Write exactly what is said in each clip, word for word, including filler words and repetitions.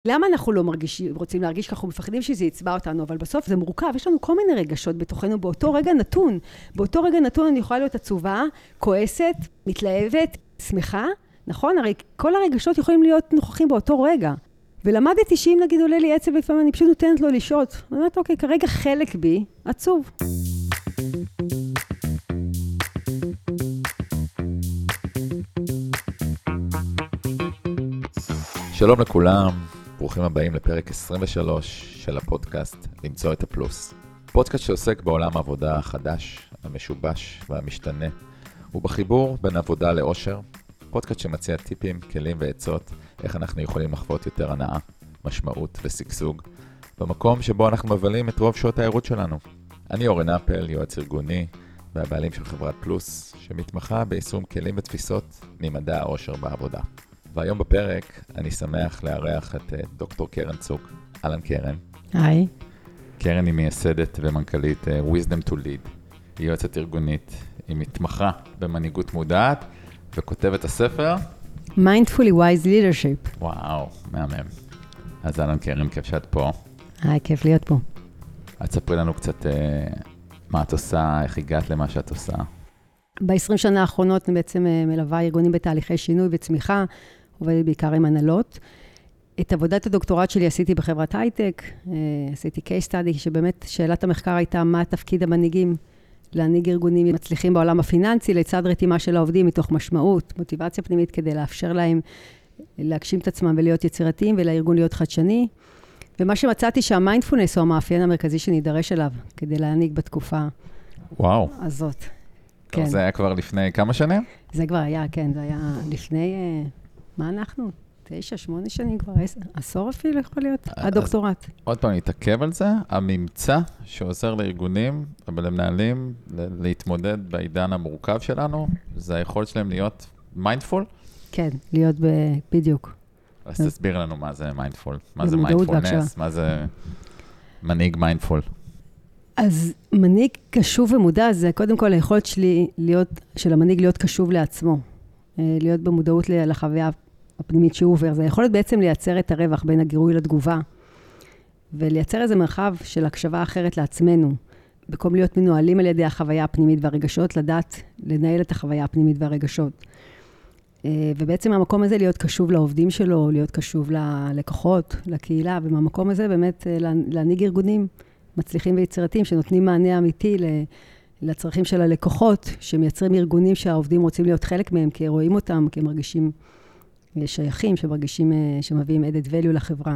למה אנחנו לא מרגישים, רוצים להרגיש ככה, מפחדים שזה יצבע אותנו, אבל בסוף זה מורכב, יש לנו כל מיני רגשות בתוכנו, באותו רגע נתון. באותו רגע נתון אני יכולה להיות עצובה, כועסת, מתלהבת, שמחה, נכון? הרי כל הרגשות יכולים להיות נוכחים באותו רגע. ולמדתי שאם נגיד עולה לי עצב לפעמים, אני פשוט נותנת לו לשעות. אני אומרת, אוקיי, כרגע חלק בי, עצוב. שלום לכולם, ברוכים הבאים לפרק עשרים ושלוש של הפודקאסט למצוא את הפלוס. פודקאסט שעוסק בעולם העבודה החדש, המשובש והמשתנה, ובחיבור בין עבודה לאושר. פודקאסט שמציע טיפים, כלים ועצות, איך אנחנו יכולים לחוות יותר הנאה, משמעות ושגשוג, במקום שבו אנחנו מבלים את רוב שעות העירות שלנו. אני אורן אפל, יועץ ארגוני, והבעלים של חברת פלוס, שמתמחה ביישום כלים ותפיסות ממדע האושר בעבודה. והיום בפרק אני שמח לארח את דוקטור קרן צוק. אהלן קרן. היי. קרן היא מייסדת ומנכ"לית Wisdom to Lead. היא יועצת ארגונית, היא מתמחה במנהיגות מודעת, וכותבת הספר Mindfully Wise Leadership. וואו, מהמם. אז אהלן קרן, כיף שאת פה. היי, כיף להיות פה. אז תספרי לנו קצת אה, מה את עושה, איך הגעת למה שאת עושה. ב-עשרים שנה האחרונות אני בעצם מלווה ארגונים בתהליכי שינוי וצמיחה, עובדת בעיקר עם הנהלות. את עבודת הדוקטורט שלי עשיתי בחברת הייטק, עשיתי case study, שבאמת שאלת המחקר הייתה מה תפקיד המנהיגים להנהיג ארגונים מצליחים בעולם הפיננסי, לצד רתימה של העובדים מתוך משמעות, מוטיבציה פנימית כדי לאפשר להם להגשים את עצמם ולהיות יצירתיים ולארגון להיות חדשני. ומה שמצאתי שהמיינדפולנס הוא המאפיין המרכזי שנידרש אליו, כדי להנהיג בתקופה וואו. הזאת. כן. זה היה כבר לפני כמה שנים? זה כבר היה, כן, זה היה לפני, מה אנחנו? תשע, שמונה שנים כבר, עשור אפילו יכול להיות, הדוקטורט. עוד פעם, נתעכב על זה, הממצא שעוזר לארגונים ולמנהלים להתמודד בעידן המורכב שלנו, זה היכולת שלהם להיות מיינדפול? כן, להיות בדיוק. אז תסביר לנו מה זה מיינדפול, מה זה מיינדפולנס, מה זה מנהיג מיינדפול. אז מנהיג קשוב ומודע, זה קודם כל היכולת שלי להיות, של המנהיג להיות קשוב לעצמו, להיות במודעות לחוויה הפנימית שהוא עובר. זה היכולת בעצם לייצר את הרווח בין הגירוי לתגובה, ולייצר איזה מרחב של הקשבה אחרת לעצמנו, במקום להיות מנוהלים על ידי החוויה הפנימית והרגשות, לדעת לנהל את החוויה הפנימית והרגשות. ובעצם המקום הזה להיות קשוב לעובדים שלו, להיות קשוב ללקוחות, לקהילה, ומהמקום הזה באמת להנהיג ארגונים מצליחים ויצירתיים, שנותנים מענה אמיתי לצרכים של הלקוחות, שמייצרים ארגונים שהעובדים רוצים להיות חלק מהם, כי רואים אותם, כי הם מרגישים שייכים, שמרגישים, שמביאים added value לחברה.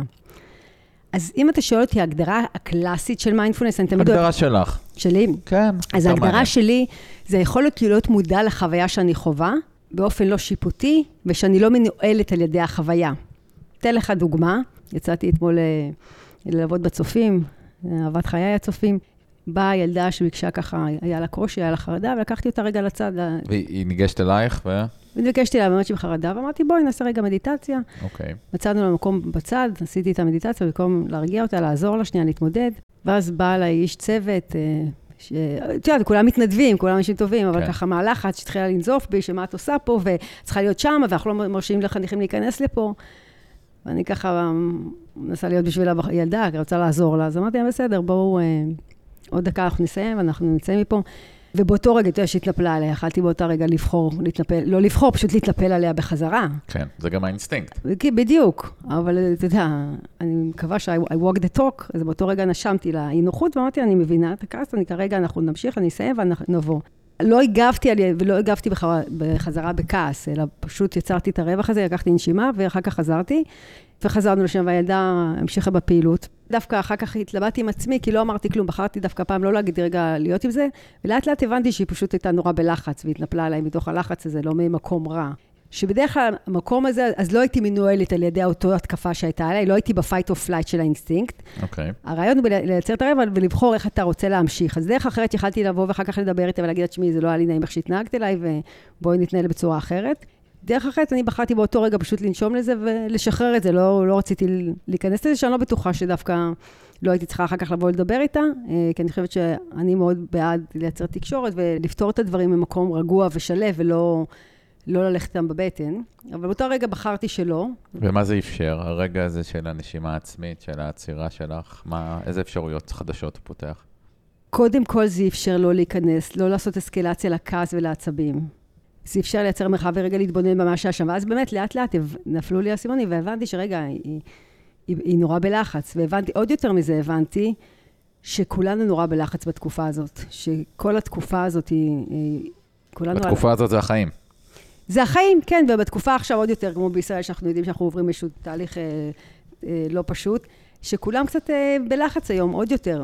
אז אם אתה שואל אותי, ההגדרה הקלאסית של מיינדפולנס, אני תמיד... הגדרה שלך. שלי? כן. אז ההגדרה שלי, זה יכול להיות להיות מודע לחוויה שאני חובה, באופן לא שיפוטי, ושאני לא מנוהלת על ידי החוויה. אתן לך דוגמה, יצאתי אתמול לעבוד בצופים, אהבת חיי הצופים, באה ילדה שביקשה ככה, היה לה קושי, היה לה חרדה, ולקחתי אותה רגע לצד. והיא ניגשת אלייך ו... וניגשתי לה באמת שבחרדה, ואמרתי, בואי נעשה רגע מדיטציה. אוקיי. מצאנו למקום בצד, עשיתי את המדיטציה, במקום להרגיע אותה, לעזור לה שנייה, להתמודד. ואז באה לה איש צוות, ש... אתה יודע, כולם מתנדבים, כולם אנשים טובים, אבל ככה מהלחץ שהתחילה לנזוף בי, שמה את עושה פה, וצריכה להיות שם, ואנחנו לא מרשים לחניכים להיכנס לפה. ואני ככה מנסה להיות בשביל הילדה, כי רוצה לעזור לה. אז אמרתי, בסדר, בואו, עוד דקה אנחנו נסיים, ואנחנו נמצאים מפה. ובאותו רגע, אתה יודע, שהתנפלה עליה, יכלתי באותה רגע לבחור, להתנפל, לא לבחור, פשוט להתנפל עליה בחזרה. כן, זה גם האינסטינקט. בדיוק, אבל אתה יודע, אני מקווה ש-I walk the talk, אז באותו רגע נשמתי לה אי-נוחות, ואמרתי, אני מבינה את הכעס, אני כרגע, אנחנו נמשיך, אני אסיים ונבוא. לא הגבתי עליה, ולא הגבתי בחזרה בכעס, אלא פשוט יצרתי את הרווח הזה, לקחתי נשימה, ואחר כך חזרתי, וחזרנו לשם, והילדה המשיכה בפעילות. דווקא אחר כך התלבטתי עם עצמי, כי לא אמרתי כלום, בחרתי דווקא פעם לא להגיד רגע להיות עם זה, ולאט לאט הבנתי שהיא פשוט הייתה נורא בלחץ, והתנפלה עליי מתוך הלחץ הזה, לא ממקום רע. שבדרך כלל המקום הזה, אז לא הייתי מנוהלת על ידי אותו התקפה שהייתה עליי, לא הייתי בפייט או פלייט של האינסטינקט. אוקיי. הרעיון הוא לייצר את הרבע ולבחור איך אתה רוצה להמשיך. אז דרך אחרת יכלתי לבוא ואחר כך לדבר איתה ולהגיד, שמי, זה לא היה לי נעים איך שהתנהגת אליי, ובואי נתנהל בצורה אחרת. דרך אחרת, אני בחרתי באותו רגע פשוט לנשום לזה ולשחרר את זה. לא, לא רציתי להיכנס לזה, שאני לא בטוחה שדווקא לא הייתי צריכה אחר כך לבוא לדבר איתה, כי אני חושבת שאני מאוד בעד לייצר תקשורת ולפתור את הדברים ממקום רגוע ושלב, ולא לא ללכת איתם בבטן, אבל באותו רגע בחרתי שלא. ומה זה אפשר? הרגע הזה של הנשימה העצמית, של העצירה שלך, מה, איזה אפשרויות חדשות הוא פותח? קודם כל זה אפשר לא להיכנס, לא לעשות אסקלציה לכעס ולעצבים. זה אפשר לייצר מרחב ורגע להתבונן במה שהיה שם, ואז באמת לאט לאט נפלו לי הסימונים, והבנתי שרגע, היא, היא, היא נורא בלחץ, והבנתי, עוד יותר מזה הבנתי, שכולנו נורא בלחץ בתקופה הזאת, שכל התקופה הזאת היא... בתקופה הזאת זה החיים. זה החיים, כן, ובתקופה עכשיו עוד יותר, כמו בישראל, שאנחנו יודעים שאנחנו עוברים איזשהו תהליך אה, אה, לא פשוט, שכולם קצת אה, בלחץ היום, עוד יותר,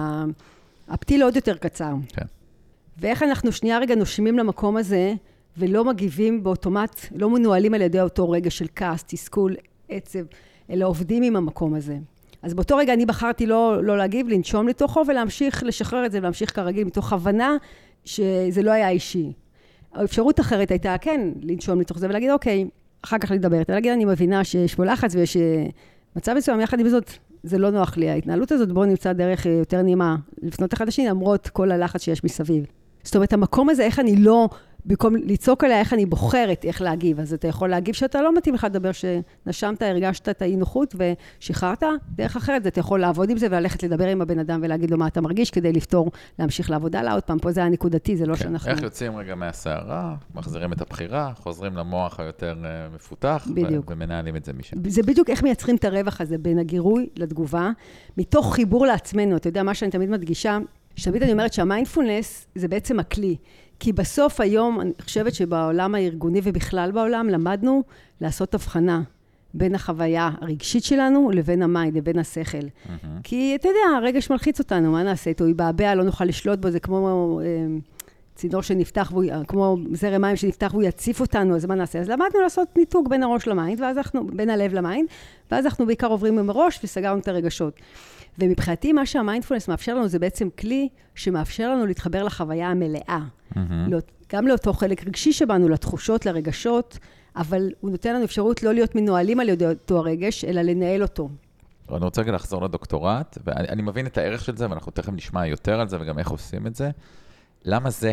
והפתיל עוד יותר קצר. כן. ואיך אנחנו שנייה רגע נושמים למקום הזה, ולא מגיבים באוטומט, לא מנוהלים על ידי אותו רגע של כעס, תסכול, עצב, אלא עובדים עם המקום הזה. אז באותו רגע אני בחרתי לא, לא להגיב, לנשום לתוכו, ולהמשיך לשחרר את זה, ולהמשיך כרגיל, מתוך הבנה שזה לא היה אישי. האפשרות אחרת הייתה, כן, לנשום לתוך זה, ולהגיד, אוקיי, אחר כך לדבר, ולהגיד, אני מבינה שיש פה לחץ, ויש מצב מסוים, יחד עם זאת, זה לא נוח לי. ההתנהלות הזאת, בואו נמצא דרך יותר נעימה, לפנות אחד לשני, למרות כל הלחץ שיש מסביב. זאת אומרת, המקום הזה, איך אני לא, במקום לצעוק עליה, איך אני בוחרת איך להגיב. אז אתה יכול להגיב שאתה לא מתאים לך לדבר, שנשמת, הרגשת את האי נוחות ושחררת. דרך אחרת, אתה יכול לעבוד עם זה וללכת לדבר עם הבן אדם ולהגיד לו מה אתה מרגיש, כדי לפתור, להמשיך לעבודה לה. עוד פעם, פה זה הנקודתי, זה לא כן. שאנחנו... איך יוצאים רגע מהסערה, מחזירים את הבחירה, חוזרים למוח היותר מפותח, ו- ומנהלים את זה משם. זה בדיוק איך מייצרים את הרווח הזה בין הגירוי לתגובה, מתוך חיבור לעצמנו. אתה יודע, מה שאני תמיד מדגישה, שתמיד אני אומרת שהמיינדפולנס זה בעצם הכלי. כי בסוף היום, אני חושבת שבעולם הארגוני ובכלל בעולם, למדנו לעשות הבחנה בין החוויה הרגשית שלנו לבין המיינד, לבין השכל. Mm-hmm. כי אתה יודע, הרגש מלחיץ אותנו, מה נעשה איתו? היא בעבע, לא נוכל לשלוט בו, זה כמו אה, צינור שנפתח, והוא, כמו זרם מים שנפתח והוא יציף אותנו, אז מה נעשה? אז למדנו לעשות ניתוק בין הראש למיינד, ואז אנחנו, בין הלב למיינד, ואז אנחנו בעיקר עוברים עם הראש וסגרנו את הרגשות. ומבחינתי, מה שהמיינדפולנס מאפשר לנו, זה בעצם כלי שמאפשר לנו להתחבר לחוויה המלאה. Mm-hmm. גם לאותו חלק רגשי שבנו, לתחושות, לרגשות, אבל הוא נותן לנו אפשרות לא להיות מנוהלים על ידי אותו הרגש, אלא לנהל אותו. אני רוצה רגע לחזור לדוקטורט, ואני אני מבין את הערך של זה, ואנחנו תכף נשמע יותר על זה, וגם איך עושים את זה. למה זה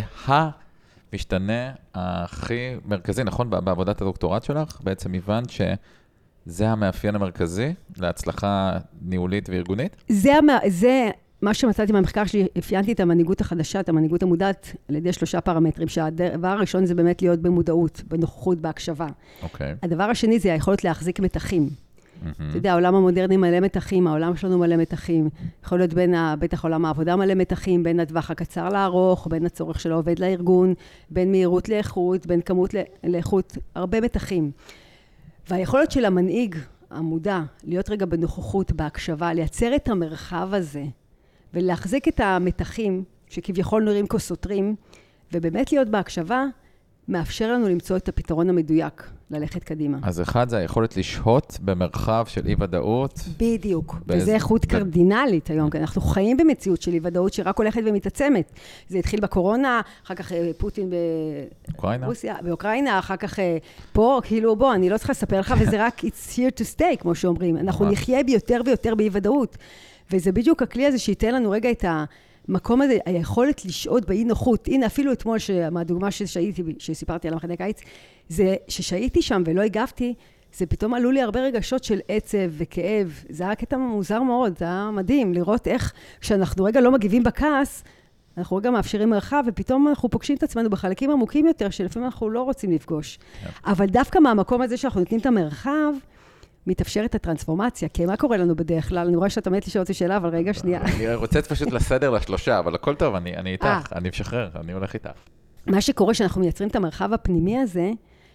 המשתנה הכי מרכזי, נכון? בעבודת הדוקטורט שלך, בעצם הבנת ש... זה המאפיין המרכזי להצלחה ניהולית וארגונית? זה, זה מה שמצאתי מהמחקר שלי, אפיינתי את המנהיגות החדשה, את המנהיגות המודעת, על ידי שלושה פרמטרים, שהדבר הראשון זה באמת להיות במודעות, בנוכחות, בהקשבה. אוקיי. הדבר השני זה היכולת להחזיק מתחים. Mm-hmm. אתה יודע, העולם המודרני מלא מתחים, העולם שלנו מלא מתחים. יכול להיות בין, בטח עולם העבודה מלא מתחים, בין הטווח הקצר לארוך, בין הצורך של העובד לארגון, בין מהירות לאיכות, בין כמות לאיכות, הרבה מתחים. והיכולת של המנהיג המודע, להיות רגע בנוכחות, בהקשבה, לייצר את המרחב הזה, ולהחזיק את המתחים, שכביכול נראים כסותרים, ובאמת להיות בהקשבה, מאפשר לנו למצוא את הפתרון המדויק, ללכת קדימה. אז אחד זה היכולת לשהות במרחב של אי-ודאות. בדיוק, באיזה... וזה איכות קרדינלית היום, כי אנחנו חיים במציאות של אי-ודאות שרק הולכת ומתעצמת. זה התחיל בקורונה, אחר כך פוטין ברוסיה, באוקראינה, אחר כך פה, כאילו בוא, אני לא צריכה לספר לך, וזה רק it's here to stay, כמו שאומרים. אנחנו נחיה ביותר ויותר באי-ודאות. וזה בדיוק הכלי הזה שייתן לנו רגע את ה... מקום הזה, היכולת לשהות באי נוחות, הנה אפילו אתמול, מהדוגמה ששהיתי, שסיפרתי על המחנה קיץ, זה ששהיתי שם ולא הגבתי, זה פתאום עלו לי הרבה רגשות של עצב וכאב, זה היה קטע מוזר מאוד, זה היה מדהים, לראות איך כשאנחנו רגע לא מגיבים בכעס, אנחנו רגע מאפשרים מרחב, ופתאום אנחנו פוגשים את עצמנו בחלקים עמוקים יותר, שלפעמים אנחנו לא רוצים לפגוש. אבל דווקא מהמקום הזה שאנחנו נותנים את המרחב, מתאפשרת הטרנספורמציה, כי מה קורה לנו בדרך כלל? אני רואה שאתה מת לשאול אותי שאלה, אבל רגע שנייה. אני רוצה פשוט לסדר לשלושה, אבל הכל טוב, אני איתך, אני משחרר, אני הולך איתך. מה שקורה שאנחנו מייצרים את המרחב הפנימי הזה,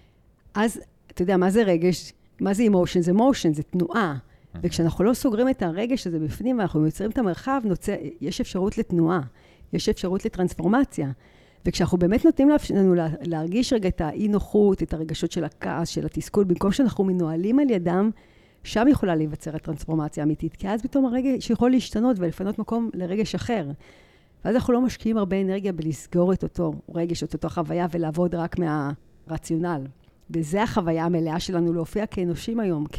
אז אתה יודע, מה זה רגש? מה זה emotion? זה motion, זה תנועה. וכשאנחנו לא סוגרים את הרגש הזה בפנים, ואנחנו מייצרים את המרחב, יש אפשרות לתנועה, יש אפשרות לטרנספורמציה. וכשאנחנו באמת נותנים לנו להרגיש רגע את האי-נוחות, את הרגשות של הכעס, של התסכול, במקום שאנחנו מנוהלים על ידם, שם יכולה להיווצר הטרנספורמציה האמיתית, כי אז פתאום הרגש יכול להשתנות ולפנות מקום לרגש אחר. ואז אנחנו לא משקיעים הרבה אנרגיה בלסגור את אותו רגש, את אותו חוויה, ולעבוד רק מהרציונל. וזה החוויה המלאה שלנו להופיע כאנושים היום,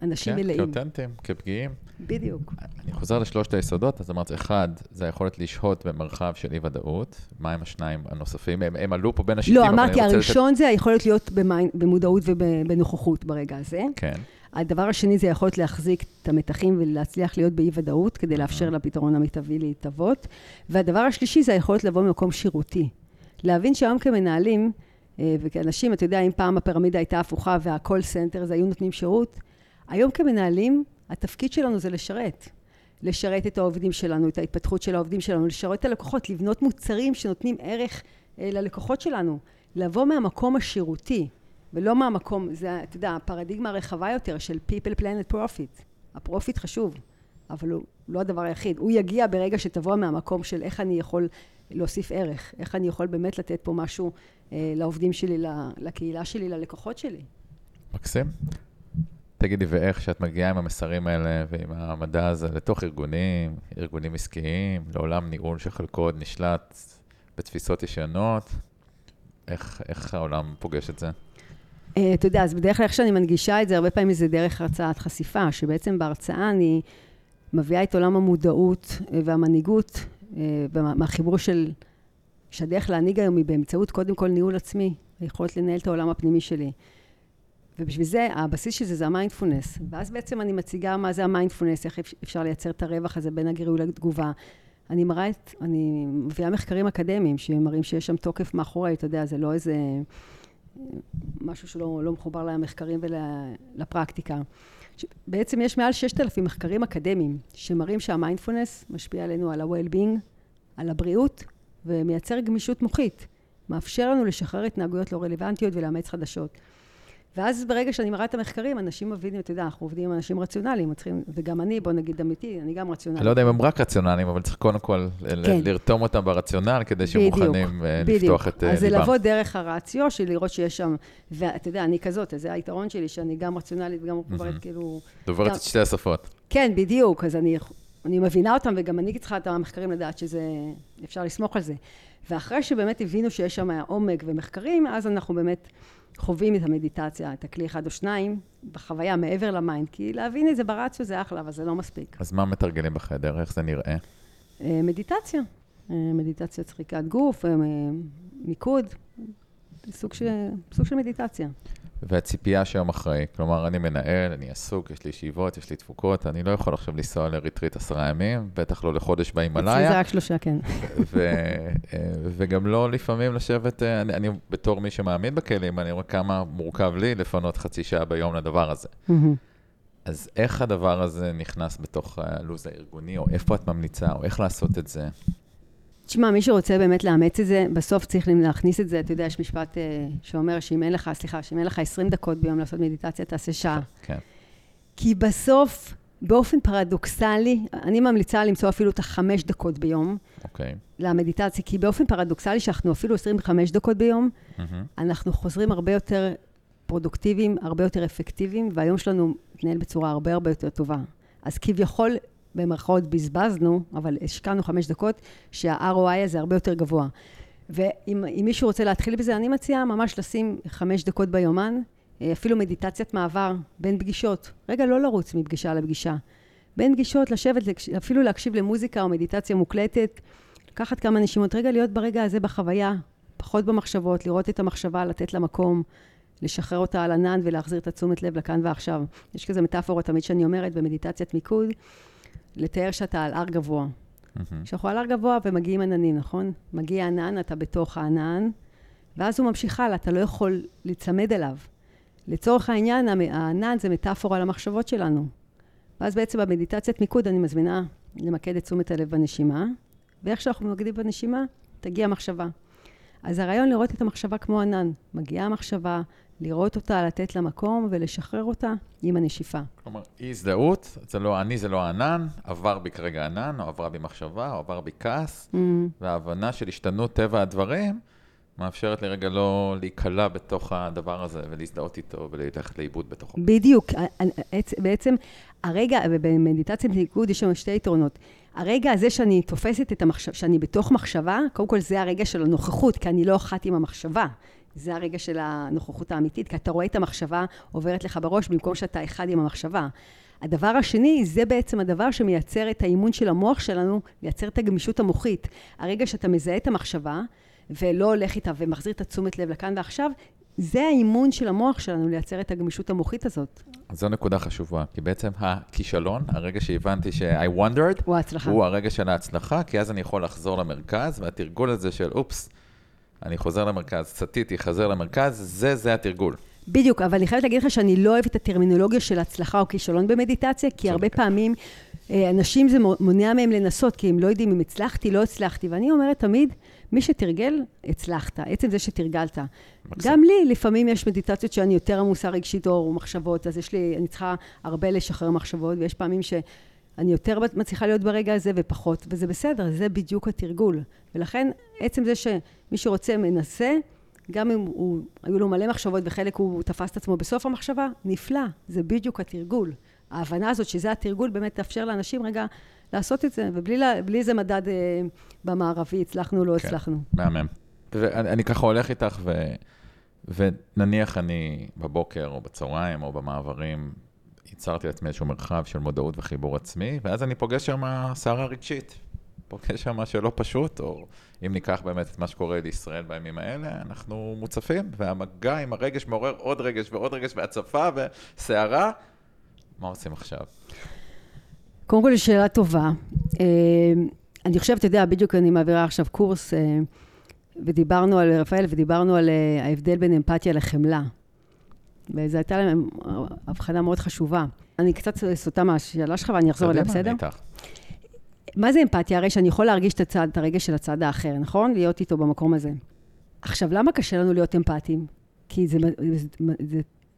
אנשים כן, מלאים. כאותנטיים, כפגיעים. בדיוק. אני חוזר לשלושת היסודות, אז אמרת, אחד, זה היכולת לשהות במרחב של אי-ודאות. מה הם השניים הנוספים? הם, הם עלו פה בין השיטים. לא, אמרתי, הראשון לתת... זה היכולת להיות במיין, במודעות ובנוכחות ברגע הזה. כן. הדבר השני זה היכולת להחזיק את המתחים ולהצליח להיות באי-ודאות, כדי לאפשר לפתרון המיטבי להתהוות. והדבר השלישי זה היכולת לבוא ממקום שירותי. להבין שהיום כמנהלים, וכאנשים, אתה יודע, אם פעם הפירמידה הייתה הפוכה והקול סנטר, זה היו נותנים שירות, היום כמנהלים, התפקיד שלנו זה לשרת. לשרת את העובדים שלנו, את ההתפתחות של העובדים שלנו, לשרת את הלקוחות, לבנות מוצרים שנותנים ערך ללקוחות שלנו. לבוא מהמקום השירותי, ולא מהמקום, זה, אתה יודע, הפרדיגמה הרחבה יותר של people, planet, profit. הפרופיט חשוב, אבל הוא לא הדבר היחיד. הוא יגיע ברגע שתבוא מהמקום של איך אני יכול להוסיף ערך, איך אני יכול באמת לתת פה משהו אה, לעובדים שלי, לקהילה שלי, ללקוחות שלי. מקסים. תגידי, ואיך שאת מגיעה עם המסרים האלה ועם המדע הזה לתוך ארגונים, ארגונים עסקיים, לעולם ניהול שחלקו עוד נשלט בתפיסות ישנות, איך, איך העולם פוגש את זה? אתה יודע, אז בדרך כלל איך שאני מנגישה את זה, הרבה פעמים זה דרך הרצאת חשיפה, שבעצם בהרצאה אני מביאה את עולם המודעות והמנהיגות, מהחיבור של, שהדרך להנהיג היום היא באמצעות קודם כל ניהול עצמי, היכולת לנהל את העולם הפנימי שלי. ובשביל זה, הבסיס של זה זה המיינדפולנס. ואז בעצם אני מציגה מה זה המיינדפולנס, איך אפשר לייצר את הרווח הזה בין הגירוי לתגובה. אני מראה את, אני מביאה מחקרים אקדמיים שמראים שיש שם תוקף מאחורי, אתה יודע, זה לא איזה משהו שלא לא מחובר למחקרים ולפרקטיקה. בעצם יש מעל ששת אלפים מחקרים אקדמיים שמראים שהמיינדפולנס משפיע עלינו על ה-well-being, על הבריאות, ומייצר גמישות מוחית. מאפשר לנו לשחרר התנהגויות לא רלוונטיות ולאמץ חדשות. ואז ברגע שאני מראה את המחקרים, אנשים מבינים, אתה יודע, אנחנו עובדים עם אנשים רציונליים, וגם אני, בוא נגיד אמיתי, אני גם רציונלי. אני לא יודע אם הם רק רציונליים, אבל צריך קודם כל לרתום אותם ברציונל, כדי שמוכנים לפתוח את ליבם. אז זה לבוא דרך הרציו, של לראות שיש שם, ואתה יודע, אני כזאת, אז זה היתרון שלי, שאני גם רציונלית וגם מחוברת כאילו... דוברת את שתי השפות. כן, בדיוק, אז אני, אני מבינה אותם, וגם אני צריכה את המחקרים לדעת שזה, אפשר לסמוך על זה. ואחרי שבאמת הבינו שיש שם עומק ומחקרים, אז אנחנו באמת חווים את המדיטציה, את הכלי אחד או שניים, בחוויה מעבר למיינד, כי להבין את זה ברציו זה אחלה, אבל זה לא מספיק. אז מה מתרגלים בחדר? איך זה נראה? מדיטציה. מדיטציה צחיקת גוף, מיקוד, סוג של, סוג של מדיטציה. והציפייה שהיום אחרי, כלומר, אני מנהל, אני עסוק, יש לי ישיבות, יש לי תפוקות, אני לא יכול עכשיו לנסוע לריטריט עשרה ימים, בטח לא לחודש בהימאליה. אצלי זה רק שלושה, כן. וגם לא לפעמים לשבת, אני, אני בתור מי שמאמין בכלים, אני רואה כמה מורכב לי לפנות חצי שעה ביום לדבר הזה. אז איך הדבר הזה נכנס בתוך הלוז הארגוני, או איפה את ממליצה, או איך לעשות את זה? תשמע, מי שרוצה באמת לאמץ את זה, בסוף צריך להכניס את זה, אתה יודע, יש משפט שאומר שאם אין לך, סליחה, שאם אין לך עשרים דקות ביום לעשות מדיטציה, תעשה שעה. כן. כי בסוף, באופן פרדוקסלי, אני ממליצה למצוא אפילו את החמש דקות ביום, אוקיי. למדיטציה, כי באופן פרדוקסלי, שאנחנו אפילו עשרים וחמש דקות ביום, אנחנו חוזרים הרבה יותר פרודוקטיביים, הרבה יותר אפקטיביים, והיום שלנו מתנהל בצורה הרבה הרבה יותר טובה. אז כביכול, במרכאות בזבזנו, אבל השקענו חמש דקות, שה-אר או איי הזה הרבה יותר גבוה. ואם מישהו רוצה להתחיל בזה, אני מציעה ממש לשים חמש דקות ביומן, אפילו מדיטציית מעבר בין פגישות. רגע, לא לרוץ מפגישה לפגישה. בין פגישות, לשבת, אפילו להקשיב למוזיקה או מדיטציה מוקלטת, לקחת כמה נשימות, רגע להיות ברגע הזה בחוויה, פחות במחשבות, לראות את המחשבה, לתת לה מקום, לשחרר אותה על ענן ולהחזיר את התשומת לב לכאן ועכשיו. יש כזה מטאפורה תמיד שאני אומרת במדיטציית מיקוד, לתאר שאתה על הר גבוה. כשאנחנו על הר גבוה ומגיעים עננים, נכון? מגיע ענן, אתה בתוך הענן, ואז הוא ממשיך הלאה, אתה לא יכול להצמד אליו. לצורך העניין, הענן זה מטאפורה למחשבות שלנו. ואז בעצם במדיטציית מיקוד אני מזמינה למקד את תשומת הלב בנשימה, ואיך שאנחנו ממקדים בנשימה, תגיע מחשבה. אז הרעיון לראות את המחשבה כמו ענן. מגיעה המחשבה, לראות אותה, לתת לה מקום ולשחרר אותה עם הנשיפה. כלומר, אי הזדהות, זה לא אני, זה לא ענן, עבר בי כרגע ענן, או עברה בי מחשבה, או עבר בי כעס, mm. וההבנה של השתנות טבע הדברים, מאפשרת לי רגע לא להיקלה בתוך הדבר הזה, ולהזדהות איתו, וללכת לאיבוד בתוכו. בדיוק. בעצם, הרגע, במדיטציית מיקוד יש שם שתי יתרונות. הרגע הזה שאני תופסת את המחשבה, שאני בתוך מחשבה, קודם כל זה הרגע של הנוכחות, כי אני לא אחת עם המחשבה. זה הרגע של הנוכחות האמיתית, כי אתה רואה את המחשבה עוברת לך בראש, במקום שאתה אחד עם המחשבה. הדבר השני, זה בעצם הדבר שמייצר את האימון של המוח שלנו, לייצר את הגמישות המוחית. הרגע שאתה מזהה את המחשבה, ולא הולך איתה ומחזיר את התשומת לב לכאן ועכשיו, זה האימון של המוח שלנו, לייצר את הגמישות המוחית הזאת. אז זו נקודה חשובה, כי בעצם הכישלון, הרגע שהבנתי ש-I wondered, הוא ההצלחה. הוא הרגע של ההצלחה, כי אז אני יכול לחזור למרכז, והתרגול הזה של, אופס, אני חוזר למרכז, סטיתי, חזר למרכז, זה, זה התרגול. בדיוק, אבל אני חייבת להגיד לך שאני לא אוהבת את הטרמינולוגיה של הצלחה או כישלון במדיטציה, כי הרבה פעמים אנשים זה מונע מהם לנסות, כי הם לא יודעים אם הצלחתי, לא הצלחתי, ואני אומרת תמיד, מי שתרגל, הצלחת, עצם זה שתרגלת. גם לי, לפעמים יש מדיטציות שאני יותר עמוסה רגשית או מחשבות, אז יש לי, אני צריכה הרבה לשחרר מחשבות, ויש פעמים שאני יותר מצליחה להיות ברגע הזה ופחות, וזה בסדר, זה בדיוק התרגול. ולכן, עצם זה שמי שרוצה מנסה, גם אם הוא, היו לו מלא מחשבות וחלק הוא תפס את עצמו בסוף המחשבה, נפלא, זה בדיוק התרגול. ההבנה הזאת שזה התרגול באמת תאפשר לאנשים רגע לעשות את זה, ובלי איזה מדד אה, במערבי, הצלחנו או לא כן, הצלחנו. מהמם. ואני אני ככה הולך איתך, ו, ונניח אני בבוקר או בצהריים או במעברים, ייצרתי לעצמי איזשהו מרחב של מודעות וחיבור עצמי, ואז אני פוגש שם סערה רגשית. פוגש שם משהו לא פשוט, או אם ניקח באמת את מה שקורה לישראל בימים האלה, אנחנו מוצפים, והמגע עם הרגש מעורר עוד רגש ועוד רגש, והצפה וסערה. מה עושים עכשיו? קודם כל, שאלה טובה. אני חושבת, אתה יודע, בדיוק אני מעבירה עכשיו קורס, ודיברנו על רפאל, ודיברנו על ההבדל בין אמפתיה לחמלה. וזו הייתה להם הבחנה מאוד חשובה. אני קצת סוטה מהשאלה שלך, ואני אחזור אליה, בסדר? מה זה אמפתיה? הרי שאני יכול להרגיש את הצד, את הרגש של הצד האחר, נכון? להיות איתו במקום הזה. עכשיו, למה קשה לנו להיות אמפתיים? כי זה, זה, זה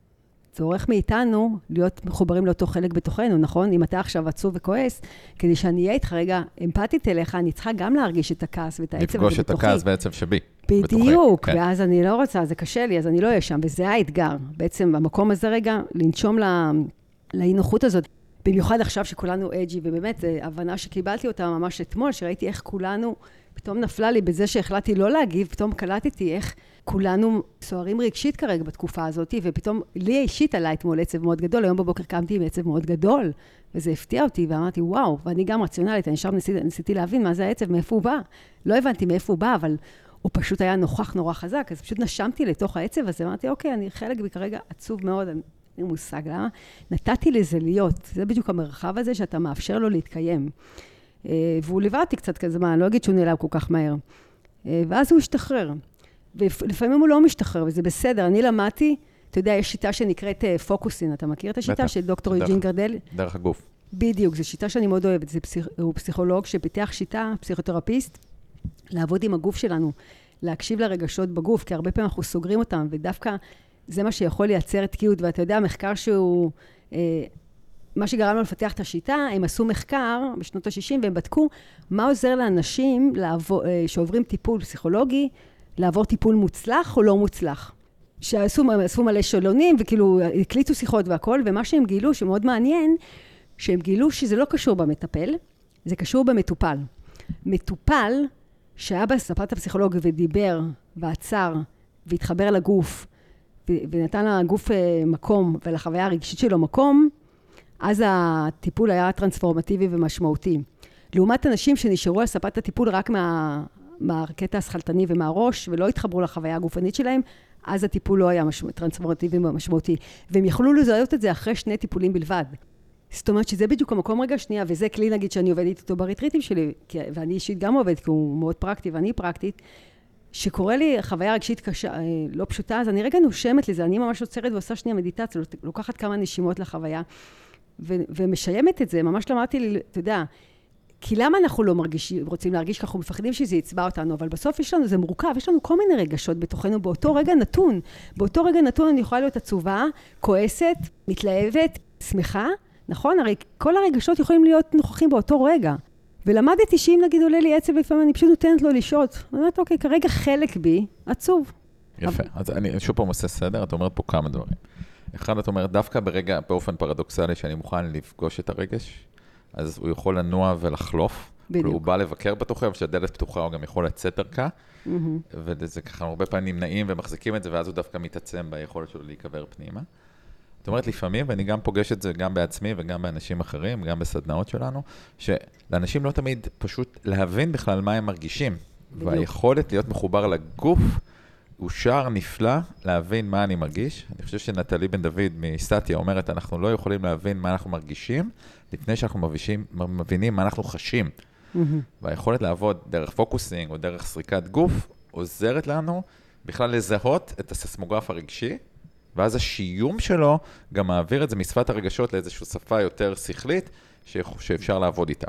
צורך מאיתנו להיות מחוברים לאותו חלק בתוכנו, נכון? אם אתה עכשיו עצוב וכועס, כדי שאני אהיה איתך רגע אמפתית אליך, אני צריכה גם להרגיש את הכעס ואת העצב הזה בתוכי. לפגוש את הכעס בעצם שבי. בדיוק, כן. ואז אני לא רוצה, זה קשה לי, אז אני לא אהיה שם, וזה האתגר. בעצם במקום הזה רגע, לנשום לה, לאי-נוחות הזאת. במיוחד עכשיו שכולנו אג'י, ובאמת, זו הבנה שקיבלתי אותה ממש אתמול, שראיתי איך כולנו, פתאום נפלה לי בזה שהחלטתי לא להגיב, פתאום קלטתי איך כולנו סוערים רגשית כרגע בתקופה הזאת, ופתאום לי אישית עלה אתמול עצב מאוד גדול, היום בבוקר קמתי עם עצב מאוד גדול, וזה הפתיע אותי, ואמרתי, וואו, ואני גם רציונלית, אני שם ניסיתי, ניסיתי להבין מה זה העצב, מאיפה הוא בא. לא הבנתי מאיפה הוא בא, אבל הוא פשוט היה נוכח נורא חזק, אז פשוט נשמתי לתוך העצב הזה, אמרתי, אוקיי, אני חלק בי כרגע עצוב מאוד, אני אין מושג, למה? נתתי לזה להיות. זה בדיוק המרחב הזה שאתה מאפשר לו להתקיים. והוא ליווה אותי קצת כזה, מה, אני לא אגיד שהוא נעלם כל כך מהר. ואז הוא השתחרר. ולפעמים הוא לא משתחרר, וזה בסדר. אני למדתי, אתה יודע, יש שיטה שנקראת פוקוסין. אתה מכיר את השיטה של דוקטור יוג'ין גרדל? דרך הגוף. בדיוק, זו שיטה שאני מאוד אוהבת. זה פסיכ... הוא פסיכולוג שפיתח שיטה, פסיכותרפיסט, לעבוד עם הגוף שלנו, להקשיב לרגשות בגוף, כי הרבה פעמים אנחנו סוגרים אותם, ודווקא זה מה שיכול לייצר תקיעות, ואתה יודע, מחקר שהוא, אה, מה שגרם לו לפתח את השיטה, הם עשו מחקר בשנות ה-שישים, והם בדקו מה עוזר לאנשים לעבור, אה, שעוברים טיפול פסיכולוגי, לעבור טיפול מוצלח או לא מוצלח. שעשו מלא שאלונים, וכאילו הקליטו שיחות והכל, ומה שהם גילו, שמאוד מעניין, שהם גילו שזה לא קשור במטפל, זה קשור במטופל. מטופל שהיה בספת הפסיכולוג ודיבר ועצר והתחבר לגוף, ונתן לגוף מקום ולחוויה הרגשית שלו מקום, אז הטיפול היה טרנספורמטיבי ומשמעותי. לעומת אנשים שנשארו על ספת הטיפול רק מה, מהקטע השכלתני ומהראש, ולא התחברו לחוויה הגופנית שלהם, אז הטיפול לא היה משמע, טרנספורמטיבי ומשמעותי. והם יכלו לזהות את זה אחרי שני טיפולים בלבד. זאת אומרת שזה בדיוק המקום רגע שנייה, וזה כלי נגיד שאני עובדת איתו בריטריטים שלי, ואני אישית גם עובדת, כי הוא מאוד פרקטי ואני פרקטית, שקורא לי חוויה רגשית קשה, לא פשוטה, אז אני רגע נושמת לזה, אני ממש עוצרת ועושה שנייה מדיטציה, לוקחת כמה נשימות לחוויה, ו- ומשיימת את זה, ממש למדתי לי, אתה יודע, כי למה אנחנו לא מרגישים, רוצים להרגיש ככה, מפחדים שזה יצבע אותנו, אבל בסוף יש לנו, זה מורכב, יש לנו כל מיני רגשות בתוכנו, באותו רגע נתון, באותו רגע נתון אני יכולה להיות עצובה, כועסת, מתלהבת, שמחה, נכון? הרי כל הרגשות יכולים להיות נוכחים באותו רגע. ולמדתי שאם נגיד עולה לי עצב לפעמים, אני פשוט נותנת לו לשעות. אני אומרת, אוקיי, כרגע חלק בי, עצוב. יפה. אז אני שוב פעם עושה סדר, את אומרת פה כמה דברים. אחד, את אומרת, דווקא ברגע, באופן פרדוקסלי, שאני מוכן לפגוש את הרגש, אז הוא יכול לנוע ולחלוף. בדיוק. הוא בא לבקר בתוכה, ושהדלת פתוחה, הוא גם יכול לצאת דרכה, mm-hmm. וזה ככה הרבה פעמים נמנעים ומחזיקים את זה, ואז הוא דווקא מתעצם ביכולת שלו להיקבר פנימה. זאת אומרת, לפעמים, ואני גם פוגש את זה גם בעצמי וגם באנשים אחרים, גם בסדנאות שלנו, שלאנשים לא תמיד פשוט להבין בכלל מה הם מרגישים, בדיוק. והיכולת להיות מחובר לגוף, הוא שער נפלא להבין מה אני מרגיש. אני חושב שנטלי בן דוד מסטטיה אומרת, אנחנו לא יכולים להבין מה אנחנו מרגישים, לפני שאנחנו מבישים, מבינים מה אנחנו חשים. Mm-hmm. והיכולת לעבוד דרך פוקוסינג או דרך סריקת גוף, עוזרת לנו בכלל לזהות את הססמוגרף הרגשי, ואז השיום שלו גם מעביר את זה משפת הרגשות לאיזושהי שפה יותר שכלית, שאפשר לעבוד איתה.